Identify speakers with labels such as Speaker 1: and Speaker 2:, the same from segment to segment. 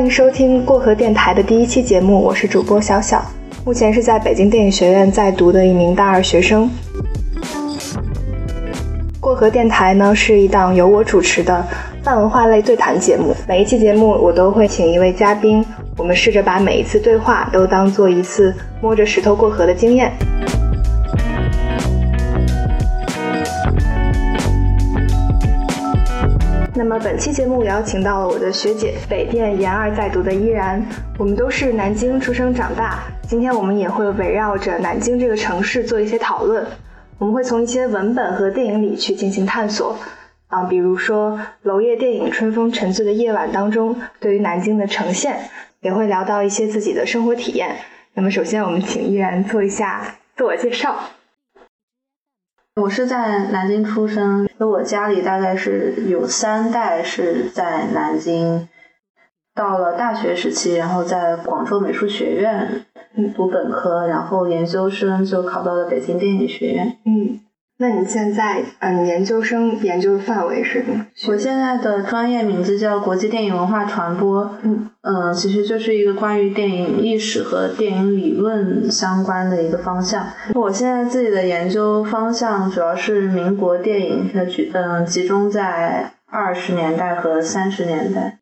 Speaker 1: 迎收听过河电台的第一期节目，我是主播小小，目前是在北京电影学院在读的一名大二学生。过河电台呢是一档由我主持的泛文化类对谈节目，每一期节目我都会请一位嘉宾，我们试着把每一次对话都当做一次摸着石头过河的经验。那么本期节目邀请到了我的学姐，北电研二在读的依然，我们都是南京出生长大，今天我们也会围绕着南京这个城市做一些讨论，我们会从一些文本和电影里去进行探索比如说娄烨电影《春风沉醉的夜晚》当中对于南京的呈现，也会聊到一些自己的生活体验。那么首先我们请依然做一下自我介绍。
Speaker 2: 我是在南京出生，我家里大概是有3代是在南京，到了大学时期，然后在广州美术学院读本科，然后研究生就考到了北京电影学院。
Speaker 1: 那你现在你研究生研究的范围是什么？
Speaker 2: 我现在的专业名字叫国际电影文化传播，其实就是一个关于电影历史和电影理论相关的一个方向。我现在自己的研究方向主要是民国电影，集中在20年代和30年代。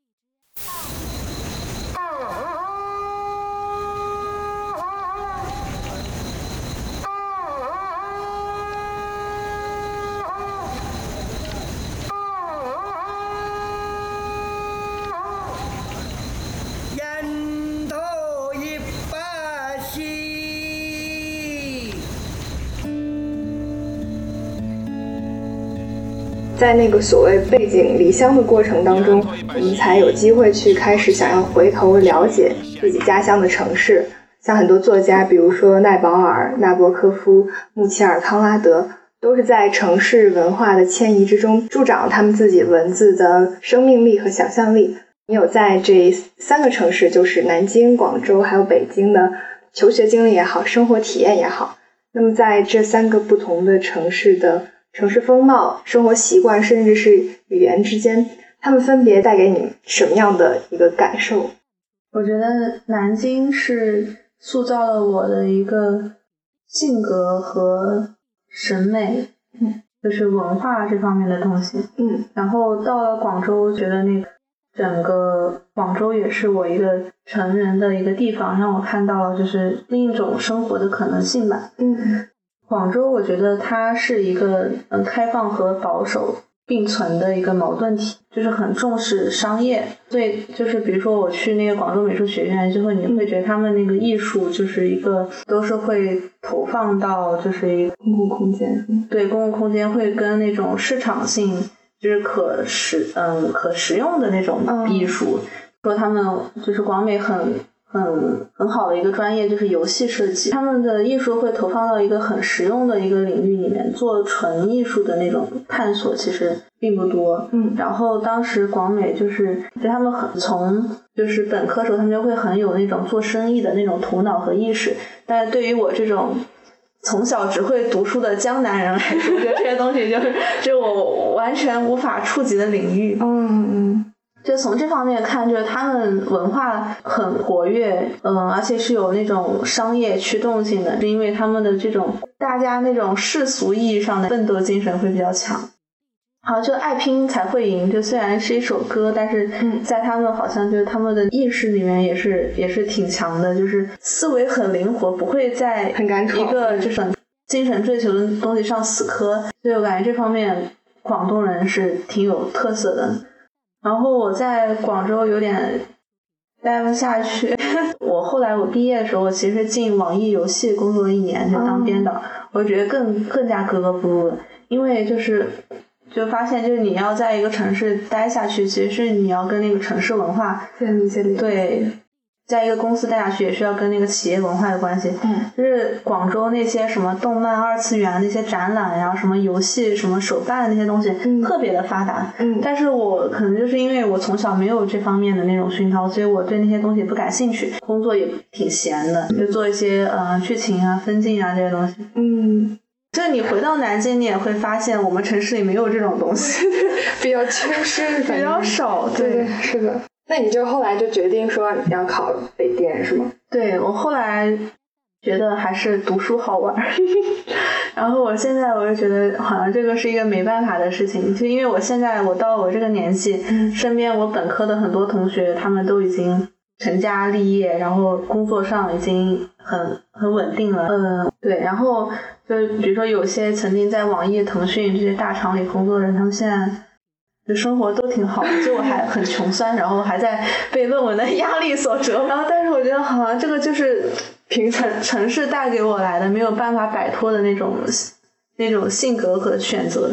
Speaker 1: 在那个所谓背井离乡的过程当中，我们才有机会去开始想要回头了解自己家乡的城市。像很多作家，比如说奈保尔、纳博科夫、穆齐尔、康拉德，都是在城市文化的迁移之中助长他们自己文字的生命力和想象力。你有在这3个城市，就是南京、广州还有北京的求学经历也好，生活体验也好，那么在这3个不同的城市的城市风貌、生活习惯，甚至是语言之间，他们分别带给你什么样的一个感受？
Speaker 2: 我觉得南京是塑造了我的一个性格和审美，就是文化这方面的东西。然后到了广州，觉得那个整个广州也是我一个成人的一个地方，让我看到了就是另一种生活的可能性吧。广州我觉得它是一个开放和保守并存的一个矛盾体，就是很重视商业，所以就是比如说我去那个广州美术学院之后，你会觉得他们那个艺术就是一个都是会投放到就是一个
Speaker 1: 公共空间，
Speaker 2: 对，公共空间会跟那种市场性就是可食用的那种艺术，说他们就是广美很好的一个专业就是游戏设计，他们的艺术会投放到一个很实用的一个领域里面，做纯艺术的那种探索其实并不多。然后当时广美就是他们从就是本科时候他们就会很有那种做生意的那种头脑和意识，但是对于我这种从小只会读书的江南人来说，我觉得这些东西就是我完全无法触及的领域。就从这方面看，就是他们文化很活跃，而且是有那种商业驱动性的，是因为他们的这种大家那种世俗意义上的奋斗精神会比较强。好，就爱拼才会赢，就虽然是一首歌，但是在他们好像就是他们的意识里面也是挺强的，就是思维很灵活，不会在一个就是精神追求的东西上死磕，所以我感觉这方面广东人是挺有特色的。然后我在广州有点待不下去我后来毕业的时候，我其实进网易游戏工作了1年，就当编导，我觉得更加格格不入了，因为就发现就是你要在一个城市待下去，其实是你要跟那个城市文化
Speaker 1: 建立一些联系。
Speaker 2: 对，在一个公司待下去也是要跟那个企业文化有关系。就是广州那些什么动漫2次元那些展览呀，什么游戏什么手办那些东西特别的发达。但是我可能就是因为我从小没有这方面的那种熏陶，所以我对那些东西不感兴趣，工作也挺闲的，就做一些剧情啊分镜啊这些东西。就你回到南京，你也会发现我们城市里没有这种东西
Speaker 1: 比较缺失，
Speaker 2: 比较少。对，
Speaker 1: 是的。 那你就后来就决定说你要考北电是吗？
Speaker 2: 对，我后来觉得还是读书好玩然后我现在我就觉得好像这个是一个没办法的事情，就因为我现在我到我这个年纪，身边我本科的很多同学他们都已经成家立业，然后工作上已经很稳定了。对，然后就比如说有些曾经在网易、腾讯这些大厂里工作的人，他们现在就生活都挺好的，就我还很穷酸，然后还在被论文的压力所折磨。然后但是我觉得好像这个就是城市带给我来的，没有办法摆脱的那种性格和选择。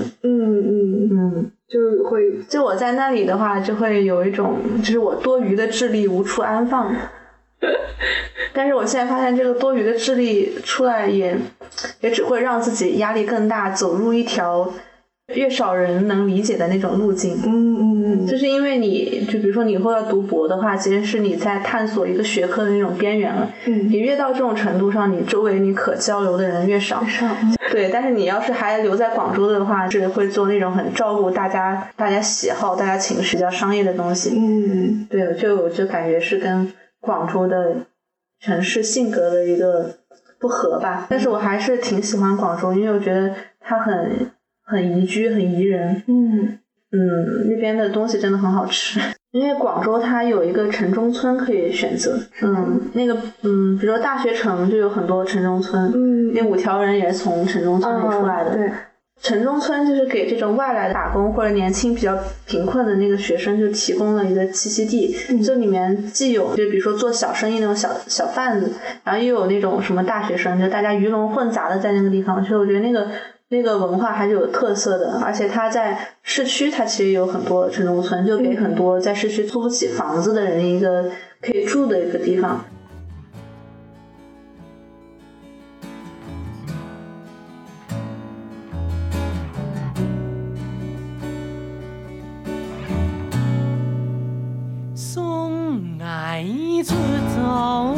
Speaker 2: 就我在那里的话，就会有一种就是我多余的智力无处安放。但是我现在发现这个多余的智力出来也只会让自己压力更大，走入一条越少人能理解的那种路径。就是因为你就比如说你以后要读博的话，其实是你在探索一个学科的那种边缘了。你越到这种程度上，你周围你可交流的人越少。对，但是你要是还留在广州的话，是会做那种很照顾大家喜好、大家情绪比较商业的东西。对，就感觉是跟广州的城市性格的一个不合吧。但是我还是挺喜欢广州，因为我觉得它很宜居，很宜人。那边的东西真的很好吃。因为广州它有一个城中村可以选择。那个比如说大学城就有很多城中村。那5条人也是从城中村里出来的。
Speaker 1: 对，
Speaker 2: 城中村就是给这种外来的打工或者年轻比较贫困的那个学生就提供了一个栖息地。这里面既有就比如说做小生意那种小贩子，然后又有那种什么大学生，就大家鱼龙混杂的在那个地方。所以我觉得那个文化还是有特色的。而且它在市区它其实有很多城中村，就给很多在市区租不起房子的人一个可以住的一个地方。
Speaker 3: 送爱出走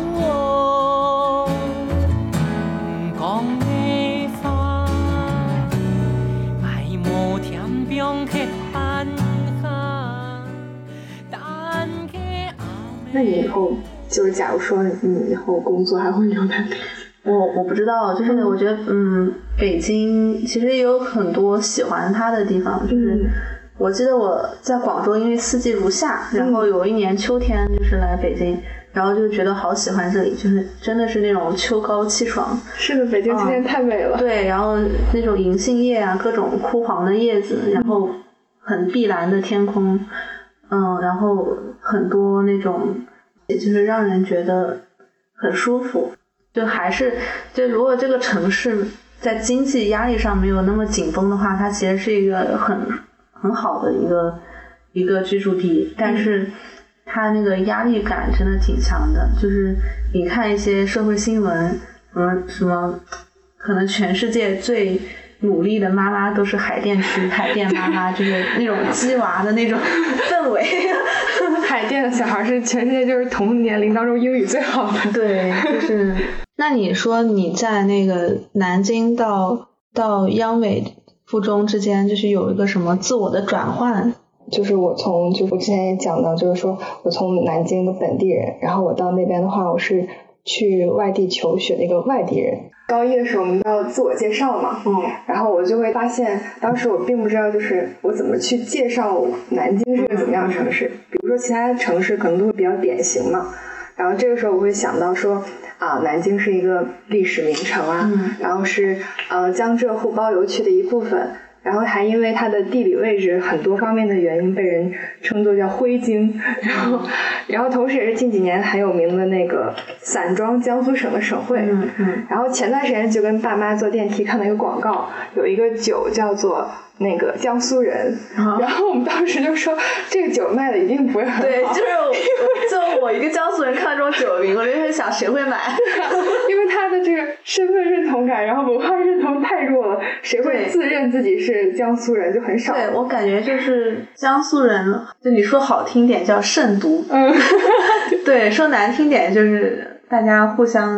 Speaker 3: 讲的话，爱无甜冰去安下，但去
Speaker 1: 那你以后就是假如说你以后工作还会留在北京？
Speaker 2: 我不知道，就是我觉得北京其实也有很多喜欢它的地方。就是我记得我在广州因为四季如夏，然后有一年秋天就是来北京，然后就觉得好喜欢这里，就是真的是那种秋高气爽。
Speaker 1: 是的，北京今天太美了。对，
Speaker 2: 然后那种银杏叶啊，各种枯黄的叶子，然后很碧蓝的天空，然后很多那种也就是让人觉得很舒服。就如果这个城市在经济压力上没有那么紧绷的话，它其实是一个很好的一个居住地。但是它那个压力感真的挺强的，就是你看一些社会新闻，什么可能全世界最努力的妈妈都是海淀区海淀妈妈，就是那种鸡娃的那种氛围。
Speaker 1: 海淀的小孩是全世界就是同年龄当中英语最好的。
Speaker 2: 对，就是那你说你在那个南京到央美附中之间就是有一个什么自我的转换？
Speaker 1: 就是我之前也讲到，就是说我从南京的本地人，然后我到那边的话，我是去外地求学的一个外地人。高一的时候我们都要自我介绍嘛，然后我就会发现当时我并不知道就是我怎么去介绍南京是个怎么样的城市。比如说其他城市可能都会比较典型嘛，然后这个时候我会想到说南京是一个历史名城啊，然后是江浙沪包邮区的一部分，然后还因为它的地理位置很多方面的原因被人称作叫徽京，然后同时也是近几年很有名的那个散装江苏省的省会。然后前段时间就跟爸妈坐电梯看到一个广告，有一个酒叫做那个江苏人，然后我们当时就说这个酒卖的一定不会很好。
Speaker 2: 对，就我一个江苏人看这种酒名，我就在想谁会买
Speaker 1: 因为他的这个身份认同感然后文化认同太弱了，谁会自认自己是江苏人就很少。
Speaker 2: 对，我感觉就是江苏人，就你说好听点叫慎独，对，说难听点就是大家互相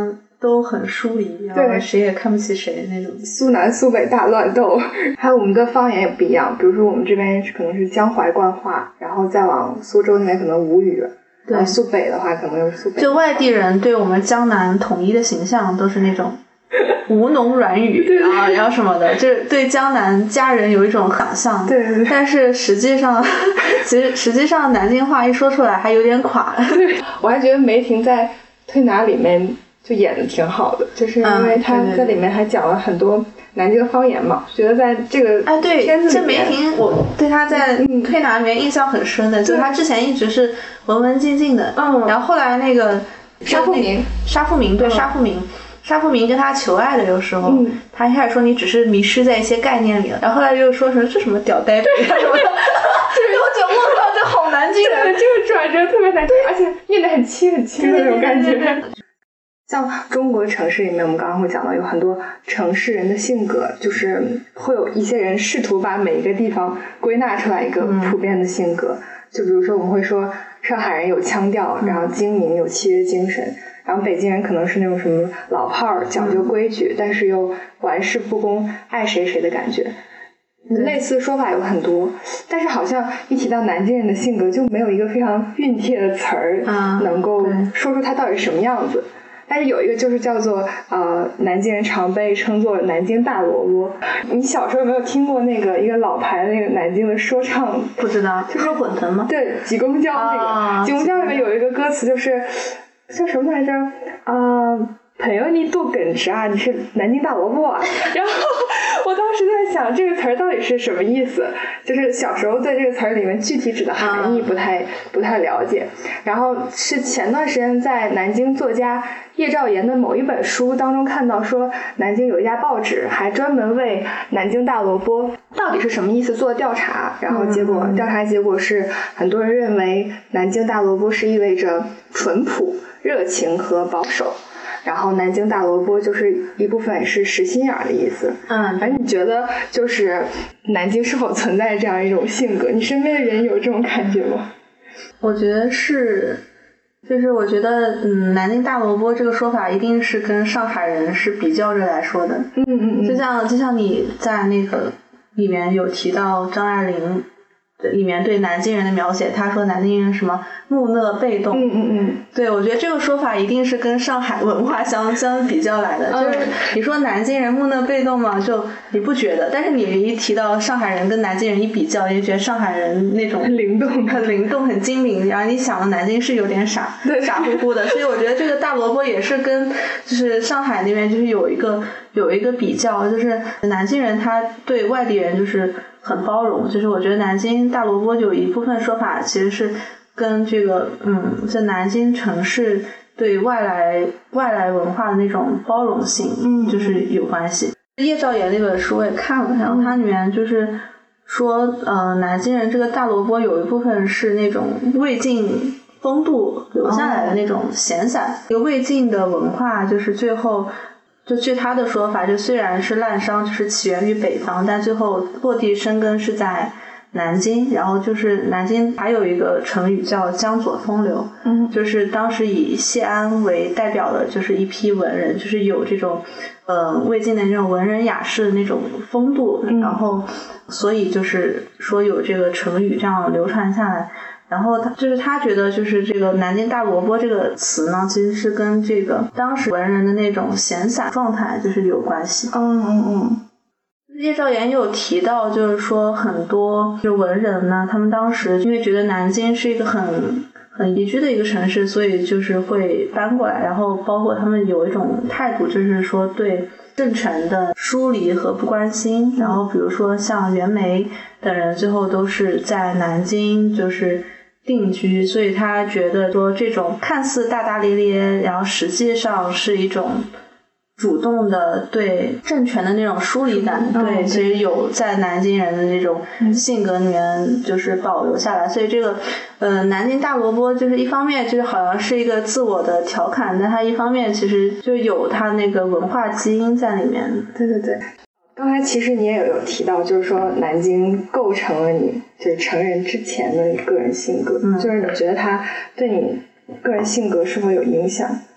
Speaker 2: 都很疏离，然后谁也看不起谁那种。
Speaker 1: 苏南苏北大乱斗，还有我们的方言也不一样，比如说我们这边可能是江淮官话，然后再往苏州那边可能吴语，然后苏北的话可能又是苏北。
Speaker 2: 就外地人对我们江南统一的形象都是那种吴侬软语啊，然后什么的，就是对江南家人有一种想象。
Speaker 1: 对。
Speaker 2: 但是实际上南京话一说出来还有点垮。
Speaker 1: 对，我还觉得梅婷在推拿里面就演的挺好的，就是因为她在里面还讲了很多南京方言嘛，觉得在这个片子里面，
Speaker 2: 这梅婷我对她在推拿里面印象很深的，就是她之前一直是文文静静的，然后后来那个
Speaker 1: 沙富明
Speaker 2: 对沙富明跟他求爱的有时候，他一开始说你只是迷失在一些概念里了，然后后来又说这什么屌呆逼什么的，就是我觉得我操，这好南京人，
Speaker 1: 这个转折特别难听，而且念得很轻的那种感觉。像中国城市里面，我们刚刚会讲到有很多城市人的性格，就是会有一些人试图把每一个地方归纳出来一个普遍的性格，就比如说我们会说上海人有腔调，然后精明有契约精神，然后北京人可能是那种什么老炮儿讲究规矩，但是又玩世不恭爱谁谁的感觉。类似说法有很多，但是好像一提到南京人的性格就没有一个非常熨帖的词儿能够说出他到底是什么样子。但是有一个就是叫做南京人常被称作南京大萝卜。你小时候有没有听过那个一个老牌的那个南京的说唱？
Speaker 2: 不知道，
Speaker 1: 就是
Speaker 2: 喝滚腾吗？
Speaker 1: 对，挤公交那个，挤公交里面有一个歌词就是叫什么来着？朋友你多耿直啊，你是南京大萝卜啊。然后我当时在想这个词儿到底是什么意思，就是小时候对这个词儿里面具体指的含义不太了解。然后是前段时间在南京作家叶兆言的某一本书当中看到说，南京有一家报纸还专门为南京大萝卜到底是什么意思做调查，然后调查结果是很多人认为南京大萝卜是意味着淳朴、热情和保守，然后南京大萝卜就是一部分是实心眼的意思。反正你觉得就是南京是否存在这样一种性格？你身边的人有这种感觉吗？
Speaker 2: 我觉得是，就是我觉得南京大萝卜这个说法一定是跟上海人是比较着来说的。就像你在那个里面有提到张爱玲里面对南京人的描写，他说南京人什么木讷被动。对，我觉得这个说法一定是跟上海文化相比较来的。就是你说南京人木讷被动嘛，就你不觉得，但是你一提到上海人跟南京人一比较，你就觉得上海人那种
Speaker 1: 很灵动
Speaker 2: 很精明，然后你想的南京是有点傻乎乎的。所以我觉得这个大萝卜也是跟就是上海那边就是有一个比较，就是南京人他对外地人就是很包容，就是我觉得南京大萝卜有一部分说法其实是跟这个在南京城市对外来文化的那种包容性就是有关系。叶兆言那本书我也看了，然后它里面就是说南京人这个大萝卜有一部分是那种魏晋风度留下来的那种闲散，一个魏晋的文化就是最后就据他的说法，就虽然是滥觞就是起源于北方，但最后落地生根是在南京。然后就是南京还有一个成语叫江左风流，就是当时以谢安为代表的就是一批文人，就是有这种魏晋的那种文人雅士的那种风度，然后所以就是说有这个成语这样流传下来。然后他觉得就是这个南京大萝卜这个词呢，其实是跟这个当时文人的那种闲散状态就是有关系。叶兆言有提到就是说很多就文人呢，他们当时因为觉得南京是一个很宜居的一个城市，所以就是会搬过来，然后包括他们有一种态度就是说对政权的疏离和不关心。然后比如说像袁枚等人最后都是在南京就是定居，所以他觉得说这种看似大大咧咧，然后实际上是一种主动的对政权的那种疏离感，对，其实有在南京人的那种性格里面就是保留下来。所以这个南京大萝卜就是一方面就是好像是一个自我的调侃，但它一方面其实就有它那个文化基因在里面。
Speaker 1: 对，刚才其实你也有提到，就是说南京构成了你就是成人之前的个人性格，就是你觉得它对你个人性格是否有影响？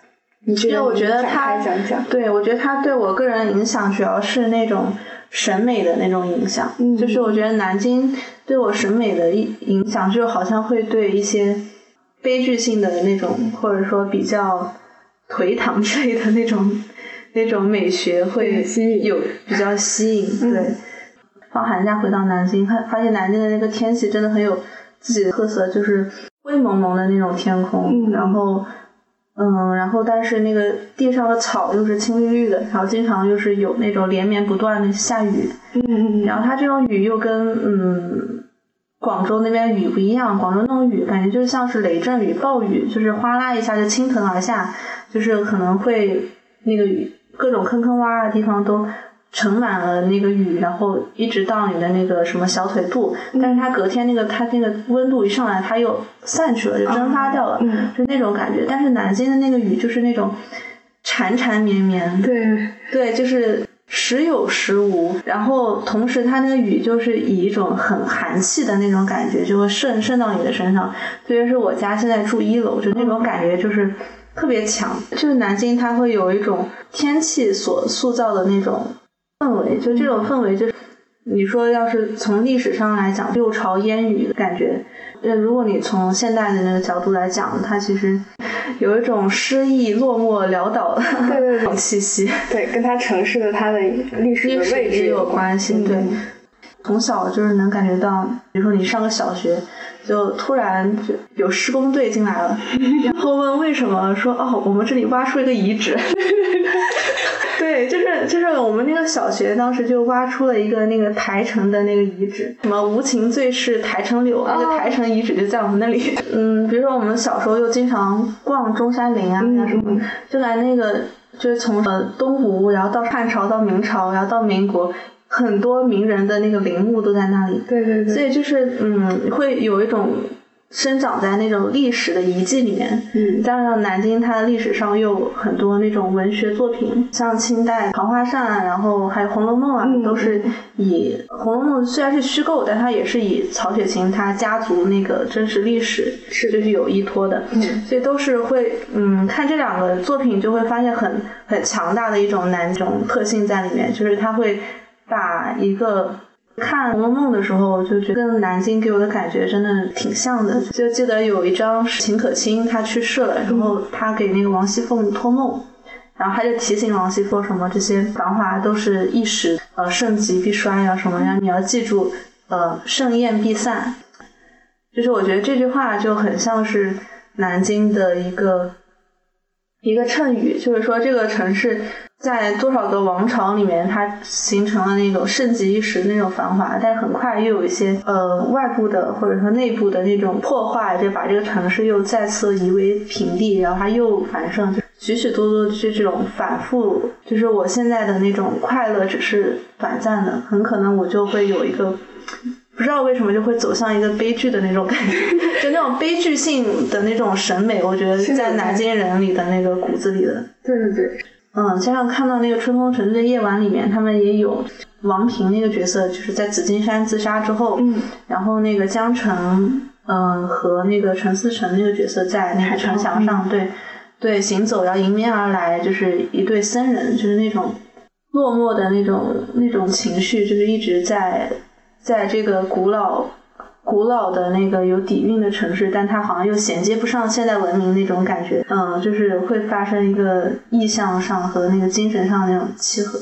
Speaker 1: 因为
Speaker 2: 我觉得他
Speaker 1: 对，
Speaker 2: 我觉得他对我个人影响主要是那种审美的那种影响，就是我觉得南京对我审美的影响，就好像会对一些悲剧性的那种，或者说比较颓唐之类的那种美学会有比较吸引。对，放寒假回到南京，发现南京的那个天气真的很有自己的特色，就是灰蒙蒙的那种天空，然后但是那个地上的草又是青绿绿的，然后经常又是有那种连绵不断的下雨，然后它这种雨又跟广州那边雨不一样，广州那种雨感觉就像是雷阵雨、暴雨，就是哗啦一下就倾腾而下，就是可能会那个雨各种坑坑洼洼的地方都盛满了那个雨，然后一直到你的那个什么小腿肚，但是它隔天它那个温度一上来，它又散去了，就蒸发掉了，就那种感觉。但是南京的那个雨就是那种缠缠绵绵，对，就是时有时无，然后同时它那个雨就是以一种很寒气的那种感觉就会渗到你的身上。特别是我家现在住1楼，就那种感觉就是特别强。就是南京它会有一种天气所塑造的那种氛围，就这种氛围就是你说要是从历史上来讲六朝烟雨的感觉，如果你从现代的那个角度来讲，它其实有一种诗意落寞潦倒的那种气息。
Speaker 1: 对，跟它城市的它的历史的位置
Speaker 2: 有关系。对，从小就是能感觉到，比如说你上个小学就突然就有施工队进来了，然后问为什么，说我们这里挖出一个遗址。对，就是我们那个小学当时就挖出了一个那个台城的那个遗址，什么无情最是台城柳，那个台城遗址就在我们那里。比如说我们小时候又经常逛中山陵啊什么，就来那个就是从东吴，然后到汉朝到明朝，然后到民国，很多名人的那个陵墓都在那里。
Speaker 1: 对，
Speaker 2: 所以就是会有一种生长在那种历史的遗迹里面，加上南京它的历史上又有很多那种文学作品，像清代桃花扇然后还有红楼梦啊，都是以红楼梦虽然是虚构，但它也是以曹雪芹他家族那个真实历史就是有依托的，所以都是会看这两个作品就会发现很强大的一种南种特性在里面，就是它会把一个看《红楼梦》的时候就觉得跟南京给我的感觉真的挺像的。就记得有一章秦可卿她去世了，然后她给那个王熙凤托梦，然后她就提醒王熙凤什么这些繁华都是一时，盛极必衰啊什么呀，你要记住盛宴必散。就是我觉得这句话就很像是南京的一个谶语，就是说这个城市在多少个王朝里面它形成了那种盛极一时的那种繁华，但是很快又有一些外部的或者说内部的那种破坏，就把这个城市又再次夷为平地，然后它又繁盛，许许多多这种反复，就是我现在的那种快乐只是短暂的，很可能我就会有一个不知道为什么就会走向一个悲剧的那种感觉，就那种悲剧性的那种审美，我觉得在南京人里的那个骨子里的。
Speaker 1: 对，
Speaker 2: 加上看到那个春风沉醉的夜晚里面，他们也有王平那个角色，就是在紫金山自杀之后，然后那个江澄和那个陈思诚那个角色在那个城墙上，对行走，然后迎面而来就是一对僧人，就是那种落寞的那种情绪，就是一直在这个古老的那个有底蕴的城市，但它好像又衔接不上现代文明那种感觉，就是会发生一个意象上和那个精神上的那种契合。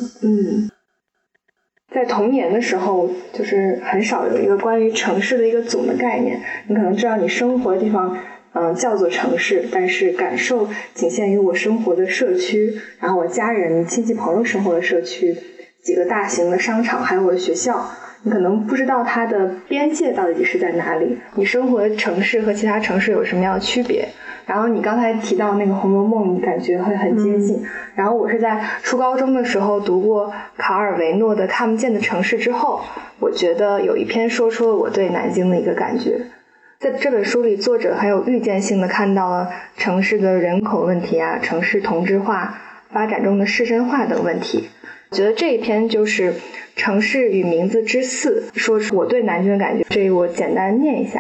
Speaker 1: 在童年的时候，就是很少有一个关于城市的一个总的概念，你可能知道你生活的地方叫做城市，但是感受仅限于我生活的社区，然后我家人亲戚朋友生活的社区，几个大型的商场，还有我的学校，你可能不知道它的边界到底是在哪里，你生活的城市和其他城市有什么样的区别。然后你刚才提到那个《红楼梦》，你感觉会很接近。然后我是在初高中的时候读过卡尔维诺的《看不见的城市》之后，我觉得有一篇说出了我对南京的一个感觉。在这本书里，作者很有预见性的看到了城市的人口问题啊，城市同质化发展中的市镇化等问题。我觉得这一篇就是城市与名字之4，说出我对南京的感觉。这里我简单念一下。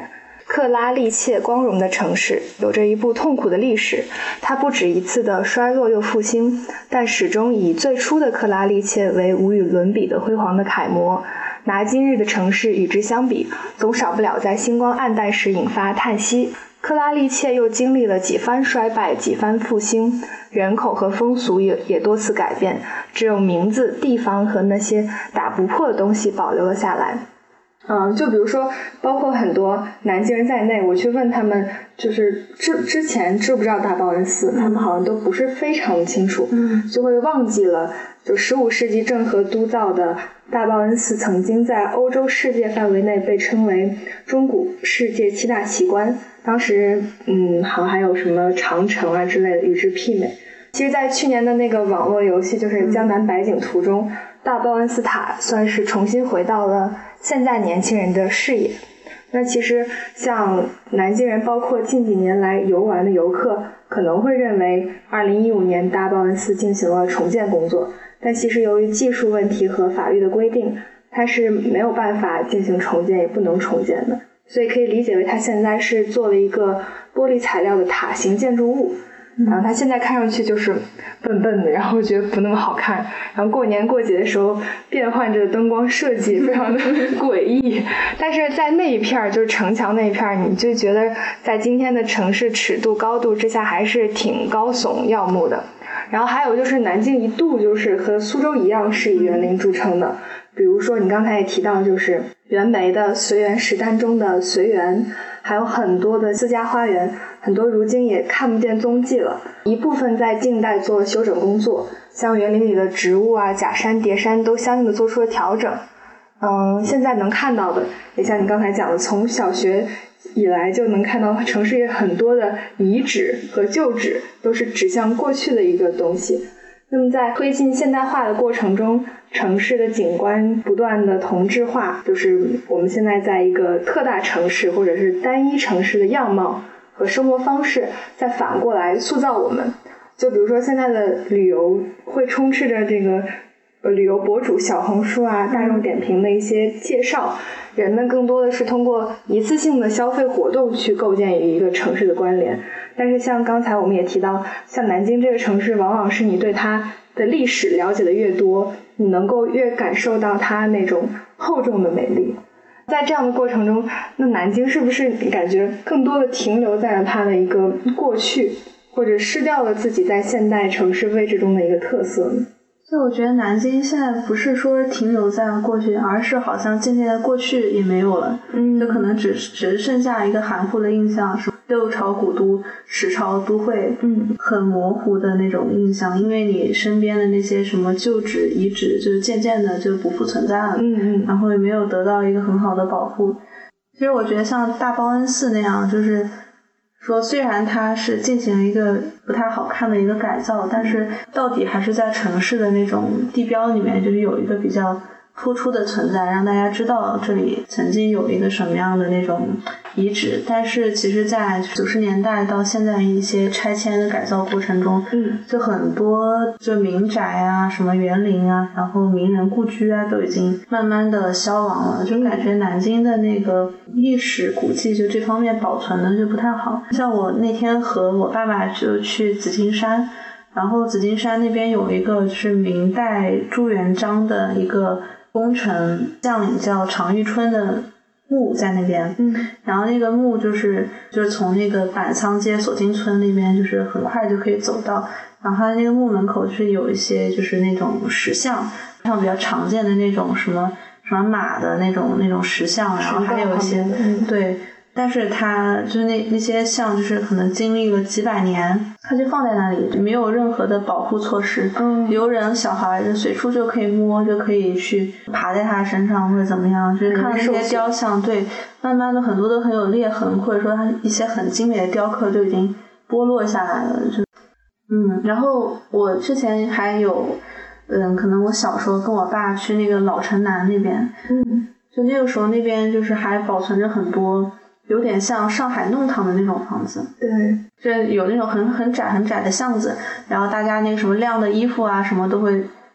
Speaker 1: 克拉利切光荣的城市，有着一部痛苦的历史，它不止一次的衰落又复兴，但始终以最初的克拉利切为无与伦比的辉煌的楷模。拿今日的城市与之相比，总少不了在星光暗淡时引发叹息。克拉利切又经历了几番衰败，几番复兴，人口和风俗也多次改变，只有名字、地方和那些打不破的东西保留了下来。就比如说包括很多南京人在内，我去问他们就是之前知不知道大报恩寺，他们好像都不是非常清楚，就会忘记了就15世纪郑和督造的大报恩寺曾经在欧洲世界范围内被称为中古世界7大奇观，当时好像还有什么长城啊之类的与之媲美。其实在去年的那个网络游戏就是江南百景图中，大报恩寺塔算是重新回到了现在年轻人的视野。那其实像南京人包括近几年来游玩的游客可能会认为2015年大报恩寺进行了重建工作，但其实由于技术问题和法律的规定，它是没有办法进行重建也不能重建的，所以可以理解为它现在是做了一个玻璃材料的塔形建筑物。然后它现在看上去就是笨笨的，然后觉得不那么好看，然后过年过节的时候变换着灯光设计非常的诡异，但是在那一片就是城墙那一片，你就觉得在今天的城市尺度高度之下还是挺高耸耀目的。然后还有就是南京一度就是和苏州一样是以园林著称的，比如说你刚才也提到就是袁枚的随园食单中的随园，还有很多的私家花园，很多如今也看不见踪迹了，一部分在近代做了修整工作，像园林里的植物啊、假山、叠山都相应的做出了调整。现在能看到的也像你刚才讲的，从小学以来就能看到城市里很多的遗址和旧址都是指向过去的一个东西。那么在推进现代化的过程中，城市的景观不断的同质化，就是我们现在在一个特大城市或者是单一城市的样貌和生活方式再反过来塑造我们。就比如说现在的旅游会充斥着这个旅游博主小红书啊、大众点评的一些介绍，人们更多的是通过一次性的消费活动去构建一个城市的关联。但是像刚才我们也提到，像南京这个城市，往往是你对它的历史了解的越多，你能够越感受到它那种厚重的美丽。在这样的过程中，那南京是不是你感觉更多的停留在了它的一个过去，或者失掉了自己在现代城市位置中的一个特色呢？
Speaker 2: 所以我觉得南京现在不是说停留在过去，而是好像渐渐的过去也没有了，就可能只剩下一个含糊的印象，是六朝古都、十朝都会，很模糊的那种印象，因为你身边的那些什么旧址、遗址，就渐渐的就不复存在了，然后也没有得到一个很好的保护。其实我觉得像大报恩寺那样，就是说虽然它是进行了一个不太好看的一个改造，但是到底还是在城市的那种地标里面就是有一个比较突出的存在，让大家知道这里曾经有一个什么样的那种遗址。但是其实在90年代到现在一些拆迁的改造过程中，就很多就民宅啊、什么园林啊，然后名人故居啊，都已经慢慢的消亡了，就感觉南京的那个历史古迹就这方面保存的就不太好。像我那天和我爸爸就去紫金山，然后紫金山那边有一个就是明代朱元璋的一个功臣将领叫常遇春的墓在那边，然后那个墓就是从那个板仓街索金村那边就是很快就可以走到，然后它那个墓门口是有一些就是那种石像，像比较常见的那种什么马的那种石像，然后还有一些对。但是它就是那些像就是可能经历了几百年，它就放在那里，没有任何的保护措施，游人小孩就随处就可以摸，就可以去爬在它身上或者怎么样，就是看那些雕像，对，慢慢的很多都很有裂痕，或者说它一些很精美的雕刻就已经剥落下来了，就然后我之前还有可能我小时候跟我爸去那个老城南那边，就那个时候那边就是还保存着很多有点像上海弄堂的那种房子，
Speaker 1: 对，
Speaker 2: 就有那种很窄的巷子，然后大家那个什么晾的衣服啊什么都会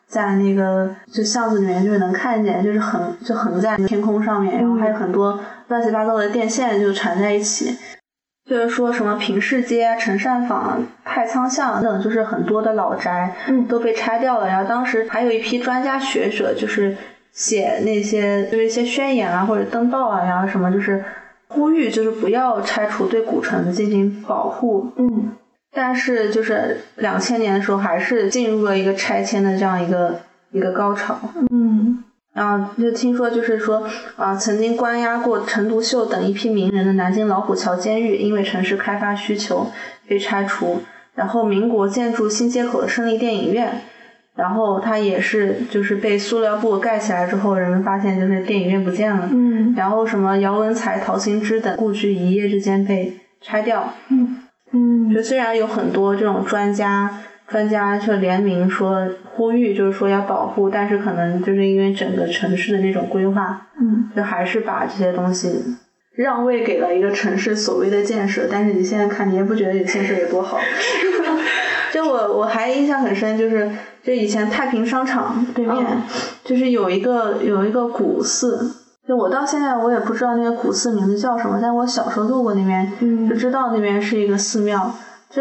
Speaker 2: 在那个就巷子里面就是能看见，就是横在天空上面，然后还有很多乱七八糟的电线就缠在一起。就是说什么平市街、陈善坊、太仓巷等，就是很多的老宅都被拆掉了。然后当时还有一批专家学者，就是写那些就是一些宣言啊或者登报啊，然后什么就是呼吁就是不要拆除，对古城进行保护。但是就是2000年的时候还是进入了一个拆迁的这样一个高潮。然后就听说就是说曾经关押过陈独秀等一批名人的南京老虎桥监狱因为城市开发需求被拆除，然后民国建筑新街口的胜利电影院，然后它也是就是被塑料布盖起来之后，人们发现就是电影院不见了。然后什么姚文才、陶行知等故居一夜之间被拆掉。就虽然有很多这种专家就联名说呼吁，就是说要保护，但是可能就是因为整个城市的那种规划，就还是把这些东西让位给了一个城市所谓的建设。但是你现在看，你也不觉得这个建设有多好。就我还印象很深，就以前太平商场对面，就是有一个古寺。就我到现在我也不知道那个古寺名字叫什么，但我小时候路过那边，就知道那边是一个寺庙。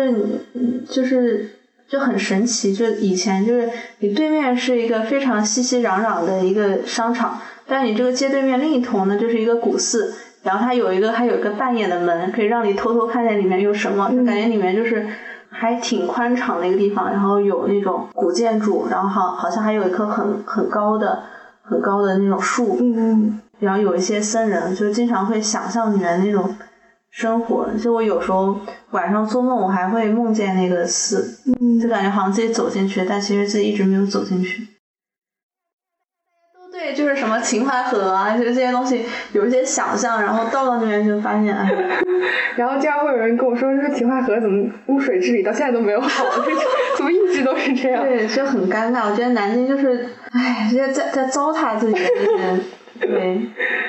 Speaker 2: 就很神奇，就以前就是你对面是一个非常熙熙攘攘的一个商场，但是你这个街对面另一头呢就是一个古寺，然后它还有一个半掩的门，可以让你偷偷看见里面有什么，就感觉里面就是还挺宽敞的一个地方，然后有那种古建筑，然后好像还有一棵很高的那种树，然后有一些僧人，就经常会想象里面那种生活。就我有时候晚上做梦，我还会梦见那个寺，就感觉好像自己走进去，但其实自己一直没有走进去。都对，就是什么秦淮河啊，就这些东西有一些想象，然后到了那边就发现，
Speaker 1: 然后这样会有人跟我说秦淮河怎么污水治理到现在都没有好，怎么一直都是这样？
Speaker 2: 对，就很尴尬。我觉得南京就是，直接在糟蹋自己的这些。对，